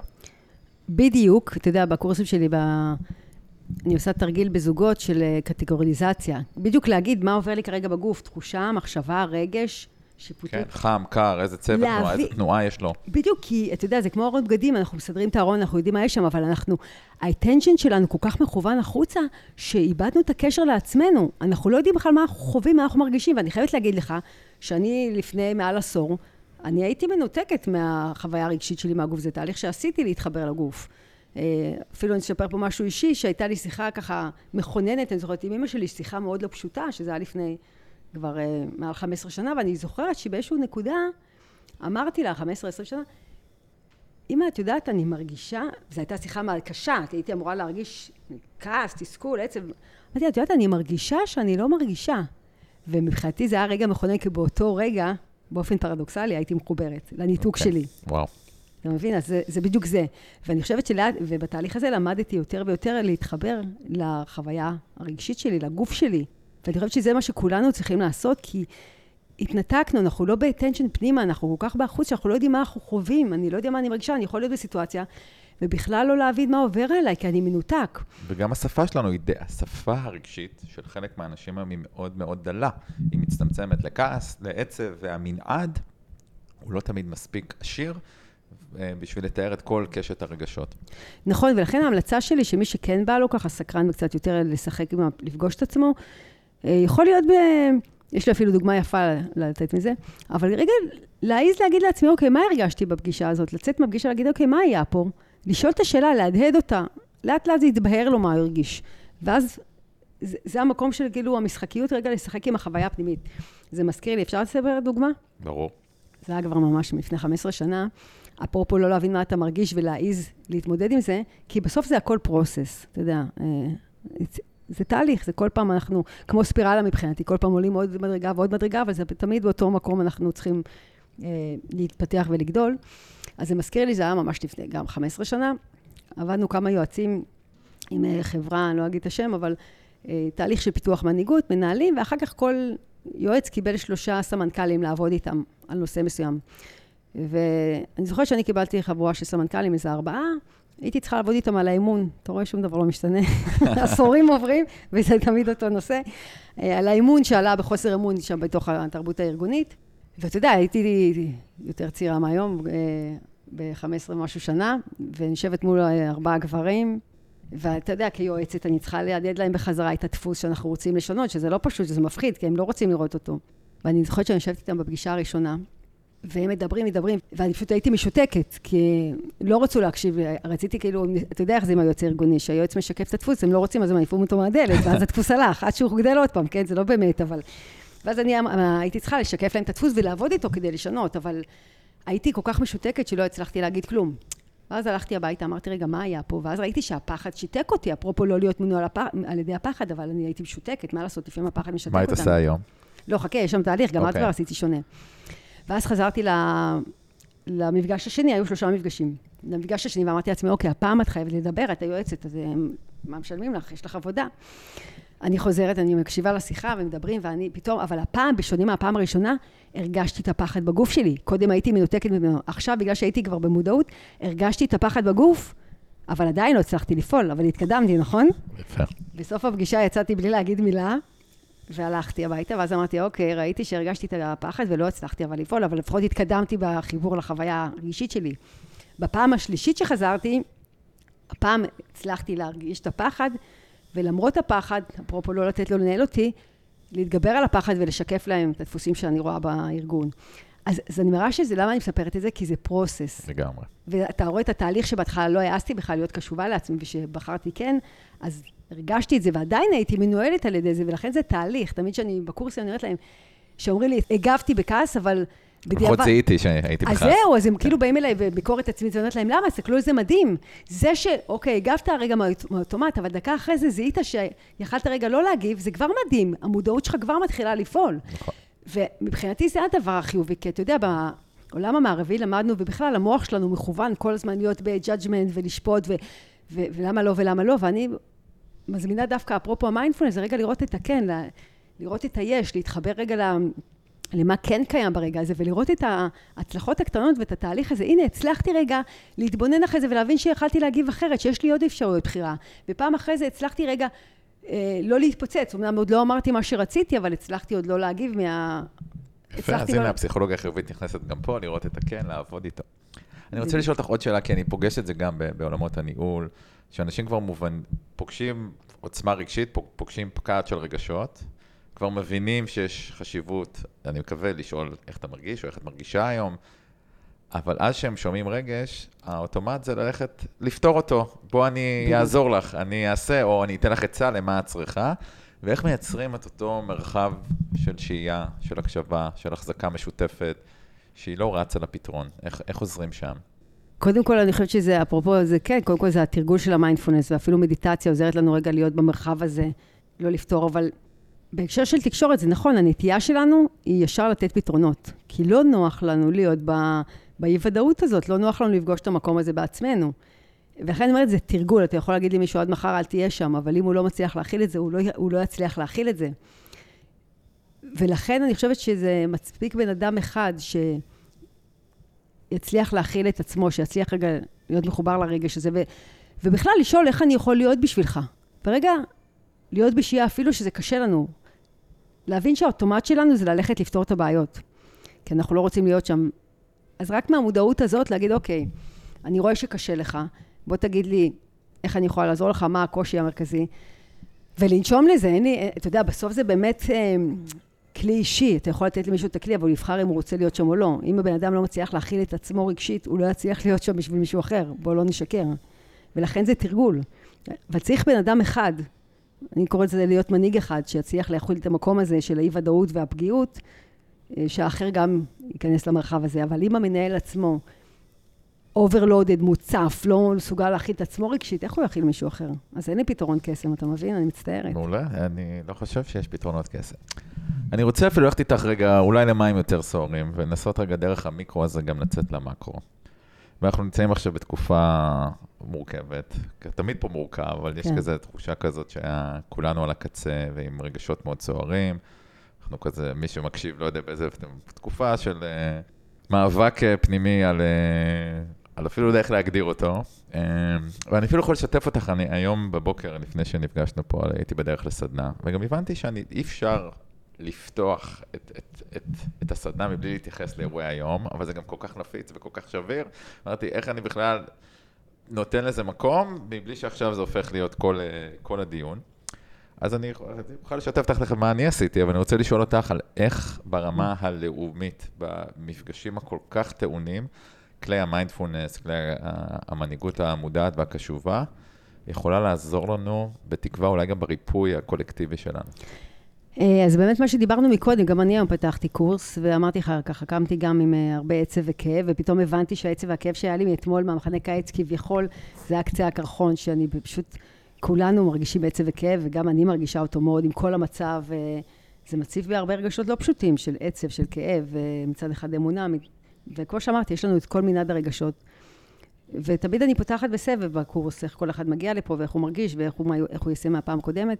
בדיוק, אתה יודע, בקורסים שלי, ב... אני עושה תרגיל בזוגות של קטגוריזציה. בדיוק להגיד מה עובר לי כרגע בגוף, תחושה, מחשבה, רגש, שיפוטית. כן, חם, קר, איזה צבע להביא... תנועה, איזה תנועה יש לו. בדיוק, כי אתה יודע, זה כמו ארון בגדים, אנחנו מסדרים את הארון, אנחנו יודעים מה יש שם, אבל אנחנו, האטנשן שלנו כל כך מכוון החוצה, שאיבדנו את הקשר לעצמנו. אנחנו לא יודעים בכלל מה אנחנו חווים, מה אנחנו מרגישים, ואני חייבת להגיד לך, שאני לפני מעל עשור, אני הייתי מנותקת מהחוויה הרגשית שלי מהגוף, זה תהליך שעשיתי להתחבר לגוף. אפילו אני אספר פה משהו אישי, שהייתה לי שיחה ככה מכוננת, אני זוכרת עם אמא שלי, שיחה מאוד לא פשוטה, שזה היה לפני כבר uh, מעל חמש עשרה שנה, ואני זוכרת שבאיזשהו נקודה, אמרתי לה, חמש עשרה עשרים שנה, אמא, את יודעת, אני מרגישה, זו הייתה שיחה מאוד קשה, הייתי אמורה להרגיש כעס, תסכול, עצב, אמרתי, את יודעת, אני מרגישה שאני לא מרגישה, ומבחינתי זה היה רגע מכונן, כי באותו רגע, באופן פרדוקסלי, הייתי מחוברת לניתוק okay. שלי. וואו. אתה מבין? אז זה, זה בדיוק זה. ואני חושבת שלאט, ובתהליך הזה למדתי יותר ויותר להתחבר לחוויה הרגשית שלי, לגוף שלי. ואני חושבת שזה מה שכולנו צריכים לעשות, כי התנתקנו, אנחנו לא באטנשן פנימה, אנחנו כל כך בחוץ, שאנחנו לא יודעים מה אנחנו חווים, אני לא יודע מה אני מרגישה, אני יכול להיות בסיטואציה, ובכלל לא להבין מה עובר עליי, כי אני מנותק. וגם השפה שלנו היא, השפה הרגשית של חלק מהאנשים היא מאוד מאוד דלה. היא מצטמצמת לכעס, לעצב, והמנעד הוא לא תמיד מספיק עשיר, בשביל לתאר את כל קשת הרגשות. נכון, ולכן ההמלצה שלי, שמי שכן בא לו ככה סקרן וקצת יותר לשחק, לפגוש את עצמו, יכול להיות ב... יש לי אפילו דוגמה יפה לתת מזה, אבל רגע, להעיז להגיד לעצמי, אוקיי, מה הרגשתי בפגישה הזאת? לצאת מהפגישה, להגיד, אוקיי, מה היה פה? לשאול את השאלה, להדהד אותה. לאט לאט זה יתבהר לו מה הוא הרגיש. ואז זה, זה המקום של כאילו המשחקיות, רגע לשחק עם החוויה הפנימית. זה מזכיר לי, אפשר לסבר דוגמה? ברור. זה היה כבר ממש לפני חמש עשרה שנה. אפרופו לא להבין מה אתה מרגיש ולהעיז להתמודד עם זה, כי בסוף זה הכל פרוסס, אתה יודע. זה תהליך, זה כל פעם אנחנו, כמו ספירלה מבחינתי, כל פעם עולים עוד מדרגה ועוד מדרגה, אבל זה תמיד באותו מקום אנחנו צריכים אה, להתפתח ולגדול. אז זה מזכיר לי, זה היה ממש לפני גם חמש עשרה שנה. עבדנו כמה יועצים עם אה, חברה, אני לא אגיד את השם, אבל אה, תהליך של פיתוח מנהיגות, מנהלים, ואחר כך כל יועץ קיבל שלושה סמנכ"לים לעבוד איתם על נושא מסוים. ואני זוכרת שאני קיבלתי חבורה של סמנכ"לים, איזה ארבעה, הייתי צריכה לעבוד איתם על האימון, אתה רואה שום דבר לא משתנה, עשורים עוברים, וזה תמיד אותו נושא, על האימון שעלה בחוסר אמון שם בתוך התרבות הארגונית, ואתה יודע, הייתי יותר צעירה מהיום, ב-חמש עשרה משהו שנה, ונשבת מול ארבעה גברים, ואתה יודע, כיועצת, אני צריכה לידד להם בחזרה את הדפוס שאנחנו רוצים לשנות, שזה לא פשוט, שזה מפחיד, כי הם לא רוצים לראות אותו. ואני זוכרת שאני יושבת איתם בפגישה הראשונה, והם מדברים, מדברים, ואני פשוט הייתי משותקת, כי לא רצו להקשיב, רציתי כאילו, אתה יודע איך זה עם היועץ הארגוני, שהיועץ משקף את הדפוס, הם לא רוצים, אז הם מעיפים אותו מהדלת, ואז הדפוס הלך, עד שהוא גדל עוד פעם, כן, זה לא באמת, אבל... ואז אני הייתי צריכה לשקף להם את הדפוס ולעבוד איתו כדי לשנות, אבל הייתי כל כך משותקת שלא הצלחתי להגיד כלום. ואז הלכתי הביתה, אמרתי, רגע, מה היה פה? ואז ראיתי שהפחד שיתק אותי, אפרופו לא להיות מנוע על ידי הפחד, אבל אני הייתי משותקת, מה לעשות? לפעמים הפחד משתק אותנו. מה היית עושה היום? לא, חכה, יש שם תהליך, גם אז כבר עשיתי שונה. ואז חזרתי למפגש השני, היו שלושה מפגשים. למפגש השני, ואמרתי לעצמי, אוקיי, הפעם את חייבת לדבר, את היועצת, אז מה משלמים לך? יש לך עבודה. אני חוזרת, אני מקשיבה לשיחה ומדברים, ואני פתאום, אבל הפעם, בשונה מהפעם הראשונה, הרגשתי את הפחד בגוף שלי. קודם הייתי מנותקת ממנו. עכשיו, בגלל שהייתי כבר במודעות, הרגשתי את הפחד בגוף, אבל עדיין לא הצלחתי לפעול, אבל התקדמתי, נכון? יפה. בסוף הפגישה יצאתי בלי להגיד מילה, והלכתי הביתה, ואז אמרתי, אוקיי, ראיתי שהרגשתי את הפחד ולא הצלחתי אבל לפעול, אבל לפחות התקדמתי בחיבור לחוויה הרגישית שלי. בפעם השלישית שחזרתי, הפעם הצלחתי להרגיש את הפחד, ולמרות הפחד, אפרופו לא לתת לו לנהל אותי, להתגבר על הפחד ולשקף להם את הדפוסים שאני רואה בארגון. אז, אז אני מראה שזה, למה אני מספרת את זה? כי זה פרוסס. לגמרי. ואתה רואה את התהליך שבהתחלה לא העזתי בכלל להיות קשובה לעצמי, ושבחרתי כן, אז הרגשתי את זה, ועדיין הייתי מנוהלת על ידי זה, ולכן זה תהליך. תמיד שאני בקורס, אני אומרת להם, שאומרים לי, הגבתי בכעס, אבל בדיעבד... לפחות זיהיתי שהייתי בכעס. אז זהו, אז הם כאילו באים אליי בביקורת עצמית, ואני אומרת להם, למה? תסתכלו איזה מדהים. זה ש, אוקיי, הגבת הרגע מהאוטומט, אבל דקה אחרי זה זיהית שיכלת רגע לא להגיב, זה כבר מדהים. המודעות שלך כבר מתחילה לפעול. נכון. ומבחינתי זה הדבר החיובי, כי אתה יודע, בעולם המערבי למדנו, ובכלל המוח שלנו מכוון כל הזמן להיות ב-judgment ולשפוט, ו- ו- ולמה לא ולמה לא, ואני מזמינה דווקא, אפרופו המיינדפולנס, זה רגע לראות את הכן, לראות את היש, להתחבר רגע ל- למה כן קיים ברגע הזה, ולראות את ההצלחות הקטנות ואת התהליך הזה. הנה, הצלחתי רגע להתבונן אחרי זה, ולהבין שיכלתי להגיב אחרת, שיש לי עוד אפשרויות בחירה. ופעם אחרי זה הצלחתי רגע לא להתפוצץ, אמנם עוד לא אמרתי מה שרציתי, אבל הצלחתי עוד לא להגיב מה... יפה, אז הנה הפסיכולוגיה החיובית נכנסת גם פה, לראות את הכן, לעבוד איתו. אני רוצה לשאול אותך עוד שאלה, כי אני פוגש את זה גם בעולמות הניהול, שאנשים כבר מובן, פוגשים עוצמה רגשית, פוגשים פקעת של רגשות, כבר מבינים שיש חשיבות, אני מקווה לשאול איך אתה מרגיש, או איך את מרגישה היום, אבל אז שהם שומעים רגש, האוטומט זה ללכת לפתור אותו. בוא אני אעזור לך, אני אעשה, או אני אתן לך עצה למה את צריכה, ואיך מייצרים את אותו מרחב של שהייה, של הקשבה, של החזקה משותפת, שהיא לא רצה לפתרון. איך, איך עוזרים שם? קודם כל, אני חושבת שזה, אפרופו, זה כן, קודם כל זה התרגול של המיינדפולנס, ואפילו מדיטציה עוזרת לנו רגע להיות במרחב הזה, לא לפתור, אבל בהקשר של תקשורת, זה נכון, הנטייה שלנו היא ישר לתת פתרונות, כי לא נוח לנו להיות ב... באי-ודאות הזאת, לא נוח לנו לפגוש את המקום הזה בעצמנו. ולכן אני אומרת, זה תרגול, אתה יכול להגיד לי מישהו עד מחר, אל תהיה שם, אבל אם הוא לא מצליח להכיל את זה, הוא לא, הוא לא יצליח להכיל את זה. ולכן אני חושבת שזה מצפיק בן אדם אחד שיצליח להכיל את עצמו, שיצליח רגע להיות מחובר לרגש הזה, ו, ובכלל לשאול איך אני יכול להיות בשבילך. ורגע, להיות בשיעה אפילו שזה קשה לנו. להבין שהאוטומט שלנו זה ללכת לפתור את הבעיות. כי אנחנו לא רוצים להיות שם. אז רק מהמודעות הזאת להגיד, אוקיי, אני רואה שקשה לך, בוא תגיד לי איך אני יכולה לעזור לך, מה הקושי המרכזי, ולנשום לזה, אין לי, אתה יודע, בסוף זה באמת אה, כלי אישי, אתה יכול לתת למישהו את הכלי, אבל הוא יבחר אם הוא רוצה להיות שם או לא. אם הבן אדם לא מצליח להכיל את עצמו רגשית, הוא לא יצליח להיות שם בשביל מישהו אחר, בוא לא נשקר. ולכן זה תרגול. וצריך בן אדם אחד, אני קורא לזה להיות מנהיג אחד, שיצליח להכיל את המקום הזה של האי-ודאות והפגיעות, שהאחר גם ייכנס למרחב הזה. אבל אם המנהל עצמו overloaded, מוצף, לא מסוגל להכיל את עצמו רגשית, איך הוא יכיל מישהו אחר? אז אין לי פתרון קסם, אתה מבין? אני מצטערת. מעולה, אני לא חושב שיש פתרונות קסם. אני רוצה אפילו ללכת איתך רגע, אולי למים יותר סוערים, ולנסות רגע דרך המיקרו הזה גם לצאת למקרו. ואנחנו נמצאים עכשיו בתקופה מורכבת, תמיד פה מורכב, אבל יש כזה תחושה כזאת שכולנו על הקצה, ועם רגשות מאוד סוערים. אנחנו כזה, מי שמקשיב, לא יודע באיזה תקופה של מאבק פנימי על, על אפילו יודע איך להגדיר אותו. ואני אפילו יכול לשתף אותך, אני היום בבוקר, לפני שנפגשנו פה, הייתי בדרך לסדנה, וגם הבנתי שאני אי אפשר לפתוח את, את, את, את הסדנה מבלי להתייחס לאירועי היום, אבל זה גם כל כך נפיץ וכל כך שביר. אמרתי, איך אני בכלל נותן לזה מקום, מבלי שעכשיו זה הופך להיות כל, כל הדיון. אז אני יכול לשתף אותך לכם מה אני עשיתי, אבל אני רוצה לשאול אותך על איך ברמה הלאומית, במפגשים הכל כך טעונים, כלי המיינדפולנס, כלי המנהיגות המודעת והקשובה, יכולה לעזור לנו בתקווה, אולי גם בריפוי הקולקטיבי שלנו. אז באמת מה שדיברנו מקודם, גם אני היום פתחתי קורס, ואמרתי לך, ככה קמתי גם עם הרבה עצב וכאב, ופתאום הבנתי שהעצב והכאב שהיה לי מאתמול, מהמחנה קיץ כביכול, זה היה קצה הקרחון, שאני פשוט, כולנו מרגישים עצב וכאב, וגם אני מרגישה אותו מאוד עם כל המצב, זה מציף בהרבה רגשות לא פשוטים, של עצב, של כאב, מצד אחד אמונה, וכמו שאמרתי, יש לנו את כל מנעד הרגשות, ותמיד אני פותחת בסבב בקורס, איך כל אחד מגיע לפה, ואיך הוא מרגיש, ואיך הוא, איך הוא יעשה מהפעם הקודמת.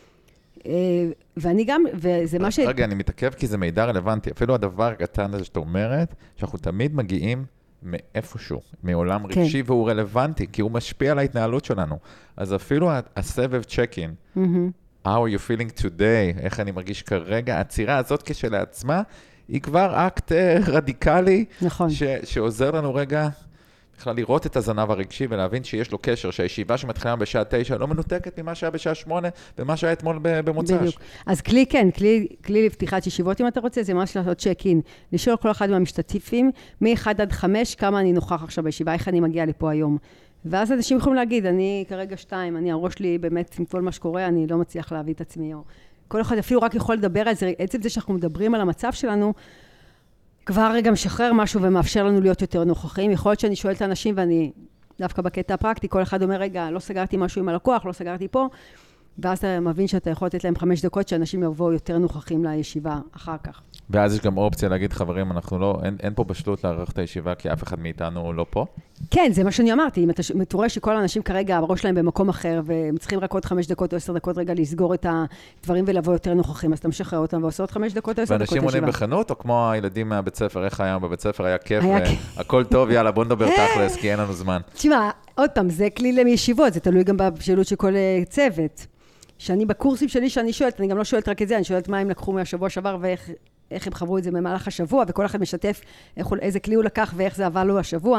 ואני גם, וזה מה ש... רגע, אני מתעכב כי זה מידע רלוונטי. אפילו הדבר הקטן הזה שאת אומרת, שאנחנו תמיד מגיעים מאיפשהו, מעולם רגשי, והוא רלוונטי, כי הוא משפיע על ההתנהלות שלנו. אז אפילו הסבב check-in, how are you feeling today, איך אני מרגיש כרגע, הצירה הזאת כשלעצמה, היא כבר אקט רדיקלי, שעוזר לנו רגע, בכלל לראות את הזנב הרגשי ולהבין שיש לו קשר, שהישיבה שמתחילה בשעה תשע לא מנותקת ממה שהיה בשעה שמונה, ומה שהיה אתמול במוצ"ש. בדיוק. אז כלי, כן, כלי, כלי לפתיחת ישיבות, אם אתה רוצה, זה ממש לעשות צ'ק-אין, לשאול כל אחד מהמשתתפים, מ-אחד עד חמש, כמה אני נוכח עכשיו בישיבה, איך אני מגיע לפה היום. ואז אנשים יכולים להגיד, אני כרגע שתיים, אני, הראש לי באמת, עם כל מה שקורה, אני לא מצליח להביא את עצמי. או כל אחד אפילו רק יכול לדבר על זה, עצם זה שאנחנו מדברים על המצב שלנו, כבר רגע משחרר משהו ומאפשר לנו להיות יותר נוכחים. יכול להיות שאני שואלת האנשים, ואני דווקא בקטע הפרקטי, כל אחד אומר, רגע, לא סגרתי משהו עם הלקוח, לא סגרתי פה, ואז אתה מבין שאתה יכול לתת להם חמש דקות, שאנשים יבואו יותר נוכחים לישיבה אחר כך. ואז יש גם אופציה להגיד, חברים, אנחנו לא, אין, אין פה בשלות לערך את הישיבה, כי אף אחד מאיתנו לא פה. כן, זה מה שאני אמרתי. אם אתה רואה שכל האנשים כרגע, הראש שלהם במקום אחר, והם צריכים רק עוד חמש דקות או עשר דקות רגע לסגור את הדברים ולבוא יותר נוכחים, אז אתה משחרר אותם ועושה עוד חמש דקות או עשר דקות ישיבה. ואנשים עונים בחנות, או כמו הילדים מהבית ספר, איך היה בבית ספר, היה כיף, הכל טוב, יאללה, בוא נדבר תכלס, כי אין לנו זמן. תשמע, עוד פעם, זה כלי לישיבות, זה תלוי גם בשאלות של כל צוות. שאני בקורסים שלי, שאני שואלת, אני גם לא שואלת רק את זה, אני שואלת מה הם לקחו מהשבוע שעבר ואיך איך הם חברו את זה במהלך השבוע, וכל אחד משתף איך, איזה כלי הוא לקח ואיך זה עבר לו השבוע.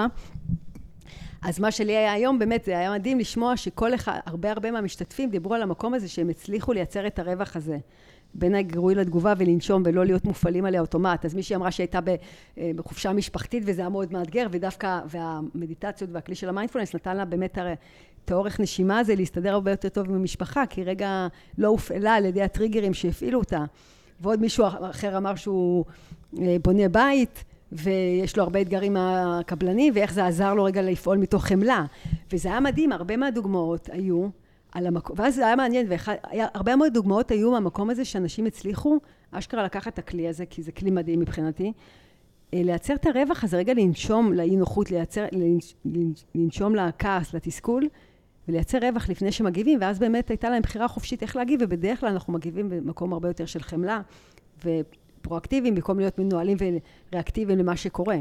אז מה שלי היה היום, באמת, זה היה מדהים לשמוע שכל אחד, הרבה הרבה מהמשתתפים דיברו על המקום הזה שהם הצליחו לייצר את הרווח הזה, בין הגירוי לתגובה ולנשום ולא להיות מופעלים עליה אוטומט. אז מישהי אמרה שהייתה בחופשה משפחתית וזה היה מאוד מאתגר, ודווקא, והמדיטציות והכלי של המיינדפולנס נתן לה באמת את האורך נשימה הזה להסתדר הרבה יותר טוב במשפחה, כי רגע לא הופעלה על ידי הטריגרים שהפעילו אותה. ועוד מישהו אחר אמר שהוא בונה בית, ויש לו הרבה אתגרים מהקבלנים, ואיך זה עזר לו רגע לפעול מתוך חמלה. וזה היה מדהים, הרבה מהדוגמאות היו על המקום, ואז זה היה מעניין, והרבה מאוד דוגמאות היו מהמקום הזה שאנשים הצליחו, אשכרה לקחת את הכלי הזה, כי זה כלי מדהים מבחינתי, לייצר את הרווח הזה, רגע לנשום לאי נוחות, לייצר, לנשום לכעס, לתסכול, ולייצר רווח לפני שמגיבים, ואז באמת הייתה להם בחירה חופשית איך להגיב, ובדרך כלל אנחנו מגיבים במקום הרבה יותר של חמלה, ופרואקטיביים, במקום להיות מנוהלים וריאקטיביים למה שקורה.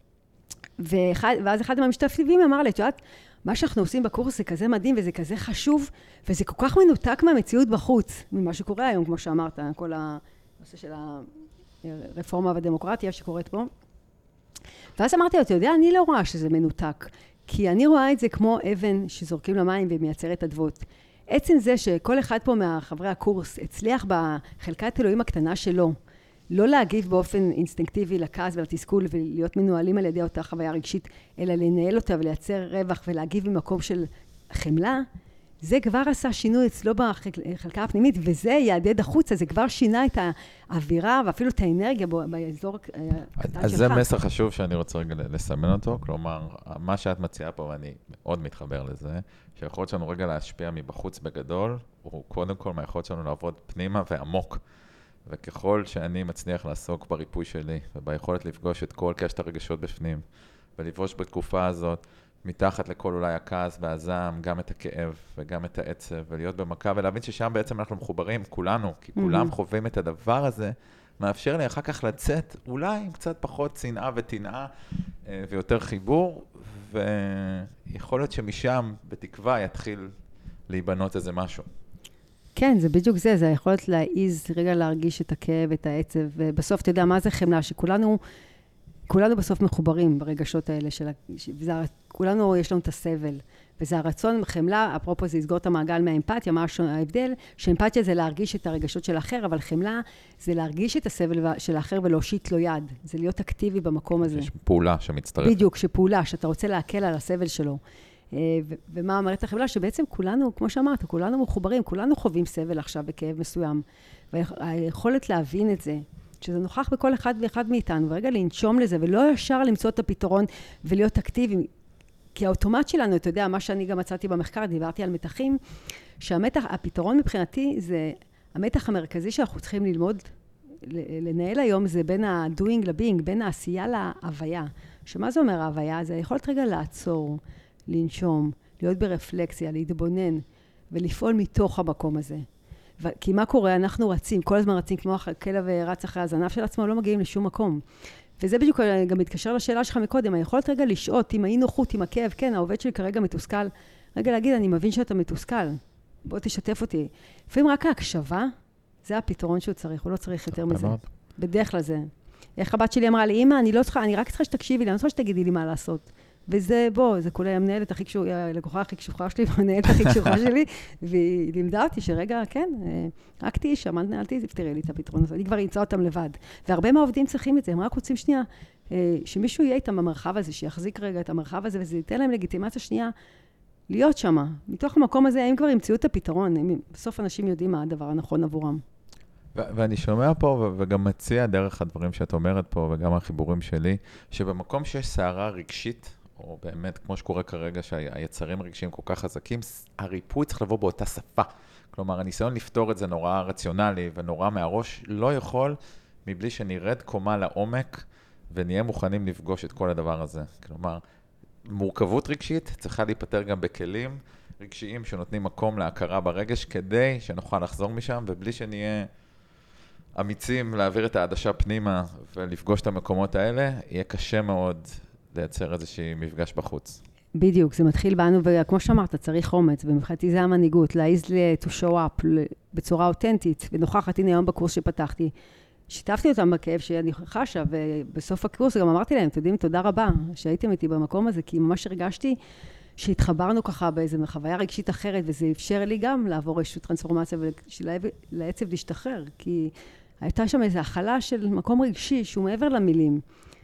ואחד, ואז אחד מהמשתתפים אמר לי, את יודעת, מה שאנחנו עושים בקורס זה כזה מדהים, וזה כזה חשוב, וזה כל כך מנותק מהמציאות בחוץ, ממה שקורה היום, כמו שאמרת, כל הנושא של הרפורמה והדמוקרטיה שקורית פה. ואז אמרתי לו, אתה יודע, אני לא רואה שזה מנותק, כי אני רואה את זה כמו אבן שזורקים למים ומייצרת אדוות. עצם זה שכל אחד פה מהחברי הקורס הצליח בחלקת אלוהים הקטנה שלו, לא להגיב באופן אינסטינקטיבי לכעס ולתסכול ולהיות מנוהלים על ידי אותה חוויה רגשית, אלא לנהל אותה ולייצר רווח ולהגיב במקום של חמלה, זה כבר עשה שינוי אצלו בחלקה הפנימית, וזה יעדד החוצה, זה כבר שינה את האווירה ואפילו את האנרגיה באזור הקטן שלך. אז זה מסר חשוב שאני רוצה רגע לסמן אותו, כלומר, מה שאת מציעה פה, ואני מאוד מתחבר לזה, שהיכולת שלנו רגע להשפיע מבחוץ בגדול, הוא קודם כל מהיכולת שלנו לעבוד פנימה ועמוק, וככל שאני מצליח לעסוק בריפוי שלי, וביכולת לפגוש את כל קשת הרגשות בפנים, ולפגוש בתקופה הזאת, מתחת לכל אולי הכעס והזעם, גם את הכאב וגם את העצב, ולהיות במכה, ולהבין ששם בעצם אנחנו מחוברים, כולנו, כי כולם mm-hmm. חווים את הדבר הזה, מאפשר לי אחר כך לצאת, אולי עם קצת פחות צנעה ותנאה, ויותר חיבור, ויכול להיות שמשם, בתקווה, יתחיל להיבנות איזה משהו. כן, זה בדיוק זה, זה היכולת להעיז רגע להרגיש את הכאב, את העצב, ובסוף אתה יודע מה זה חמלה, שכולנו, כולנו בסוף מחוברים ברגשות האלה, של, וזה, כולנו יש לנו את הסבל, וזה הרצון, חמלה, אפרופו זה יסגור את המעגל מהאמפתיה, מה ההבדל, שאמפתיה זה להרגיש את הרגשות של האחר, אבל חמלה זה להרגיש את הסבל של האחר ולהושיט לו יד, זה להיות אקטיבי במקום הזה. יש פעולה שמצטרפת. בדיוק, שפעולה, שאתה רוצה להקל על הסבל שלו. ומה אומרת החבלה? שבעצם כולנו, כמו שאמרת, כולנו מחוברים, כולנו חווים סבל עכשיו בכאב מסוים. והיכולת להבין את זה, שזה נוכח בכל אחד ואחד מאיתנו, ורגע לנשום לזה, ולא ישר למצוא את הפתרון ולהיות אקטיביים. כי האוטומט שלנו, אתה יודע, מה שאני גם מצאתי במחקר, דיברתי על מתחים, שהמתח, הפתרון מבחינתי זה, המתח המרכזי שאנחנו צריכים ללמוד, לנהל היום, זה בין ה-doing ל-being, בין העשייה להוויה. שמה זה אומר ההוויה? זה יכולת רגע לעצור, לנשום, להיות ברפלקסיה, להתבונן, ולפעול מתוך המקום הזה. כי מה קורה? אנחנו רצים, כל הזמן רצים כמו הכלב רץ אחרי הזנב של עצמו, לא מגיעים לשום מקום. וזה בדיוק גם מתקשר לשאלה שלך מקודם, היכולת רגע לשעות, עם האי נוחות, עם הכאב, כן, העובד שלי כרגע מתוסכל, רגע להגיד, אני מבין שאתה מתוסכל, בוא תשתף אותי. לפעמים רק ההקשבה, זה הפתרון שהוא צריך, הוא לא צריך יותר מזה. בדרך כלל זה. איך הבת שלי אמרה לי, אמא, אני לא צריכה, אני רק צריכה שתקשיבי לי, אני לא צריכה שתגידי לי מה לעשות. וזה, בוא, זה כולי המנהלת הכי קשוחה, הלקוחה הכי קשוחה שלי, והמנהלת הכי קשוחה שלי, והיא לימדה אותי שרגע, כן, רק תהי שם, אל תפתרי לי את הפתרון הזה, אני כבר אמצא אותם לבד. והרבה מהעובדים צריכים את זה, הם רק רוצים שנייה, שמישהו יהיה איתם במרחב הזה, שיחזיק רגע את המרחב הזה, וזה ייתן להם לגיטימציה שנייה להיות שם. מתוך המקום הזה, הם כבר ימצאו את הפתרון, הם, בסוף אנשים יודעים מה הדבר הנכון עבורם. ו- ואני שומע פה, וגם מציע דרך הדברים שאת אומרת פה, וגם החיבורים שלי, שבמקום שיש סערה רגשית, או באמת, כמו שקורה כרגע, שהיצרים הרגשיים כל כך חזקים, הריפוי צריך לבוא באותה שפה. כלומר, הניסיון לפתור את זה נורא רציונלי ונורא מהראש, לא יכול מבלי שנרד קומה לעומק, ונהיה מוכנים לפגוש את כל הדבר הזה. כלומר, מורכבות רגשית צריכה להיפטר גם בכלים רגשיים שנותנים מקום להכרה ברגש, כדי שנוכל לחזור משם, ובלי שנהיה אמיצים להעביר את העדשה פנימה ולפגוש את המקומות האלה, יהיה קשה מאוד לייצר איזושהי מפגש בחוץ. בדיוק, זה מתחיל בנו, וכמו שאמרת, צריך אומץ, ומבחינתי זה המנהיגות, להעיז to show up בצורה אותנטית, ונוכחת, הנה היום בקורס שפתחתי, שיתפתי אותם בכאב שאני חשה, ובסוף הקורס גם אמרתי להם, תודעים, תודה רבה שהייתם איתי במקום הזה, כי ממש הרגשתי שהתחברנו ככה באיזו חוויה רגשית אחרת, וזה אפשר לי גם לעבור איזושהי טרנספורמציה, ולעצב להשתחרר, כי הייתה שם איזו החלה של מקום רגשי, שהוא מעבר למילים,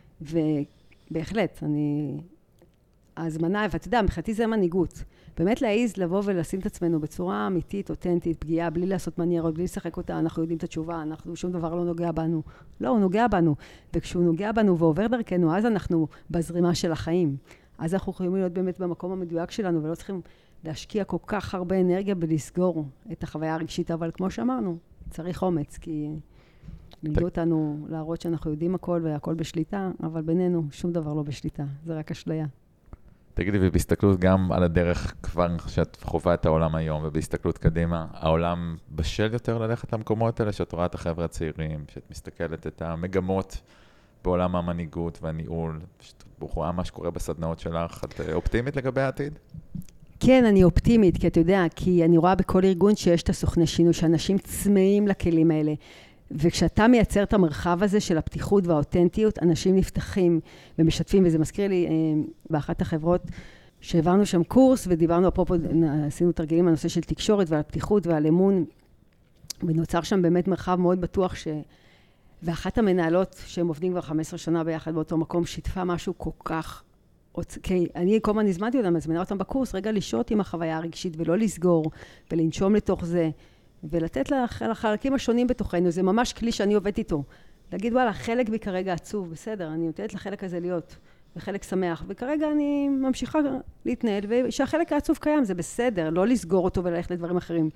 ובהחלט, אני... ההזמנה, ואתה יודע, מבחינתי זה מנהיגות. באמת להעיז לבוא ולשים את עצמנו בצורה אמיתית, אותנטית, פגיעה, בלי לעשות מניירות, בלי לשחק אותה, אנחנו יודעים את התשובה, אנחנו, שום דבר לא נוגע בנו. לא, הוא נוגע בנו. וכשהוא נוגע בנו ועובר דרכנו, אז אנחנו בזרימה של החיים. אז אנחנו יכולים להיות באמת במקום המדויק שלנו, ולא צריכים להשקיע כל כך הרבה אנרגיה בלסגור את החוויה הרגשית, אבל כמו שאמרנו, צריך אומץ, כי לימדו אותנו להראות שאנחנו יודעים הכל והכל בשליטה, אבל בינינו שום דבר לא בשליטה, זה רק אשליה. תגידי, ובהסתכלות גם על הדרך כבר שאת חובה את העולם היום, ובהסתכלות קדימה, העולם בשל יותר ללכת למקומות האלה, שאת רואה את החבר'ה הצעירים, שאת מסתכלת את המגמות בעולם המנהיגות והניהול, שאת רואה מה שקורה בסדנאות שלך, את אופטימית לגבי העתיד? כן, אני אופטימית, כי אתה יודע, כי אני רואה בכל ארגון שיש את הסוכני שינוי, שאנשים צמאים לכלים האלה. וכשאתה מייצר את המרחב הזה של הפתיחות והאותנטיות, אנשים נפתחים ומשתפים, וזה מזכיר לי באחת החברות שהעברנו שם קורס, ודיברנו אפרופו, עשינו תרגילים על נושא של תקשורת ועל פתיחות ועל אמון, ונוצר שם באמת מרחב מאוד בטוח, ש... ואחת המנהלות שהם עובדים כבר חמש עשרה שנה ביחד באותו מקום, שיתפה משהו כל כך, כי אני כל הזמן הזמנתי אותם, הזמנה אותם בקורס, רגע לשהות עם החוויה הרגשית ולא לסגור ולנשום לתוך זה, ולתת לחלקים השונים בתוכנו, זה ממש כלי שאני עובדת איתו. להגיד, וואלה, חלק בי כרגע עצוב, בסדר, אני נותנת לחלק הזה להיות, וחלק שמח, וכרגע אני ממשיכה להתנהל, ושהחלק העצוב קיים, זה בסדר, לא לסגור אותו וללכת לדברים אחרים.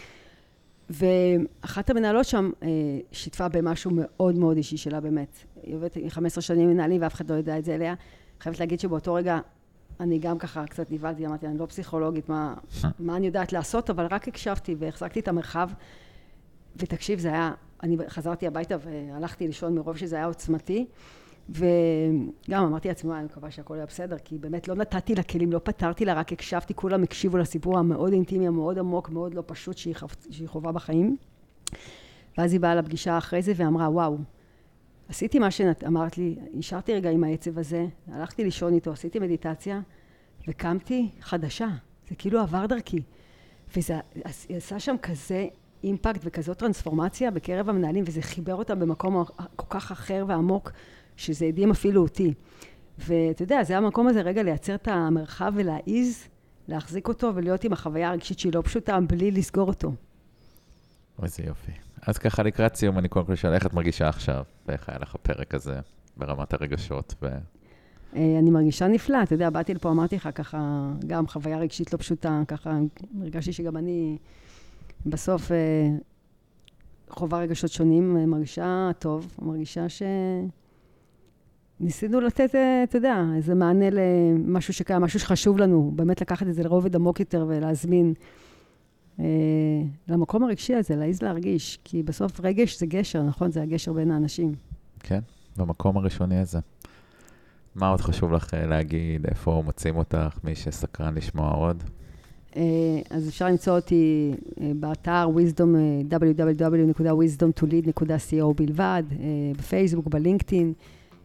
ואחת המנהלות שם שיתפה במשהו מאוד מאוד אישי שלה, באמת. היא עובדת חמש עשרה שנים מנהלים, ואף אחד לא יודע את זה אליה. חייבת להגיד שבאותו רגע, אני גם ככה קצת נבלתי, אמרתי, אני לא פסיכולוגית, מה, מה אני יודעת לעשות, אבל רק הקשבתי והחזקתי את המרחב, ותקשיב, זה היה, אני חזרתי הביתה והלכתי לישון מרוב שזה היה עוצמתי, וגם אמרתי לעצמי, אני מקווה שהכל היה בסדר, כי באמת לא נתתי לה כלים, לא פתרתי לה, רק הקשבתי, כולם הקשיבו לסיפור המאוד אינטימי, המאוד עמוק, מאוד לא פשוט שהיא, שהיא חובה בחיים. ואז היא באה לפגישה אחרי זה ואמרה, וואו, עשיתי מה שאמרת לי, השארתי רגע עם העצב הזה, הלכתי לישון איתו, עשיתי מדיטציה, וקמתי חדשה. זה כאילו עבר דרכי. וזה עשה שם כזה אימפקט וכזאת טרנספורמציה בקרב המנהלים, וזה חיבר אותם במקום כל כך אחר ועמוק, שזה הדהים אפילו אותי. ואתה יודע, זה המקום הזה רגע לייצר את המרחב ולהעיז, להחזיק אותו ולהיות עם החוויה הרגשית שהיא לא פשוטה, בלי לסגור אותו. איזה יופי. אז ככה לקראת סיום, אני קודם כל שאלה, איך את מרגישה עכשיו? ואיך היה לך הפרק הזה ברמת הרגשות? ו... אני מרגישה נפלא, אתה יודע, באתי לפה, אמרתי לך ככה, גם חוויה רגשית לא פשוטה, ככה הרגשתי שגם אני בסוף חובה רגשות שונים, מרגישה טוב, מרגישה ש... ניסינו לתת, אתה יודע, איזה מענה למשהו שקיים, משהו שחשוב לנו, באמת לקחת את זה לרובד עמוק יותר ולהזמין אה, למקום הרגשי הזה, להעיז להרגיש, כי בסוף רגש זה גשר, נכון? זה הגשר בין האנשים. כן, במקום הראשוני הזה. מה עוד חשוב לך להגיד, איפה מוצאים אותך, מי שסקרן לשמוע עוד? אה, אז אפשר למצוא אותי באתר wisdom, דאבליו דאבליו דאבליו נקודה wisdom to lead נקודה סי או בלבד, אה, בפייסבוק, בלינקדאין,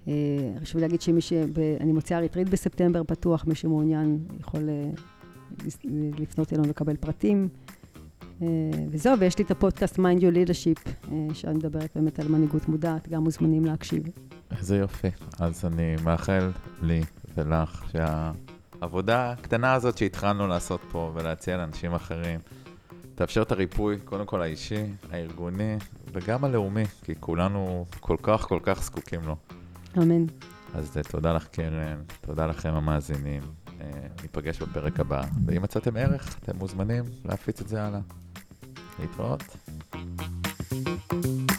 חשוב להגיד שמי ש... אני מוציאה ריטריט בספטמבר פתוח, מי שמעוניין יכול לפנות אלינו לקבל פרטים. וזהו, ויש לי את הפודקאסט Mind Your Leadership, שאני מדברת באמת על מנהיגות מודעת, גם מוזמנים להקשיב. איזה יופי. אז אני מאחל לי ולך שהעבודה הקטנה הזאת שהתחלנו לעשות פה ולהציע לאנשים אחרים, תאפשר את הריפוי, קודם כל האישי, הארגוני וגם הלאומי, כי כולנו כל כך כל כך זקוקים לו. אמן. אז תודה לך קרן, תודה לכם המאזינים. ניפגש בפרק הבא, ואם מצאתם ערך, אתם מוזמנים להפיץ את זה הלאה. להתראות.